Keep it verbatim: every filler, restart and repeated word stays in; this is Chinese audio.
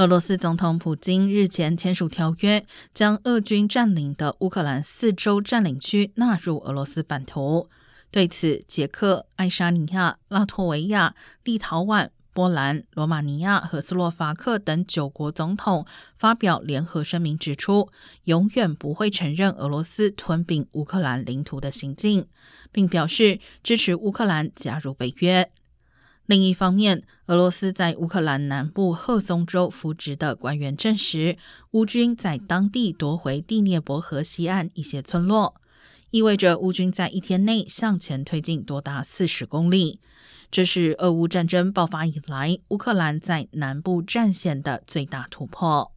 俄罗斯总统普京日前签署条约，将俄军占领的乌克兰四州占领区纳入俄罗斯版图。对此，捷克、爱沙尼亚、拉脱维亚、立陶宛、波兰、罗马尼亚和斯洛伐克等九国总统发表联合声明，指出永远不会承认俄罗斯吞并乌克兰领土的行径，并表示支持乌克兰加入北约。另一方面，俄罗斯在乌克兰南部赫松州扶植的官员证实，乌军在当地夺回第聂伯河西岸一些村落，意味着乌军在一天内向前推进多达四十公里。这是俄乌战争爆发以来乌克兰在南部战线的最大突破。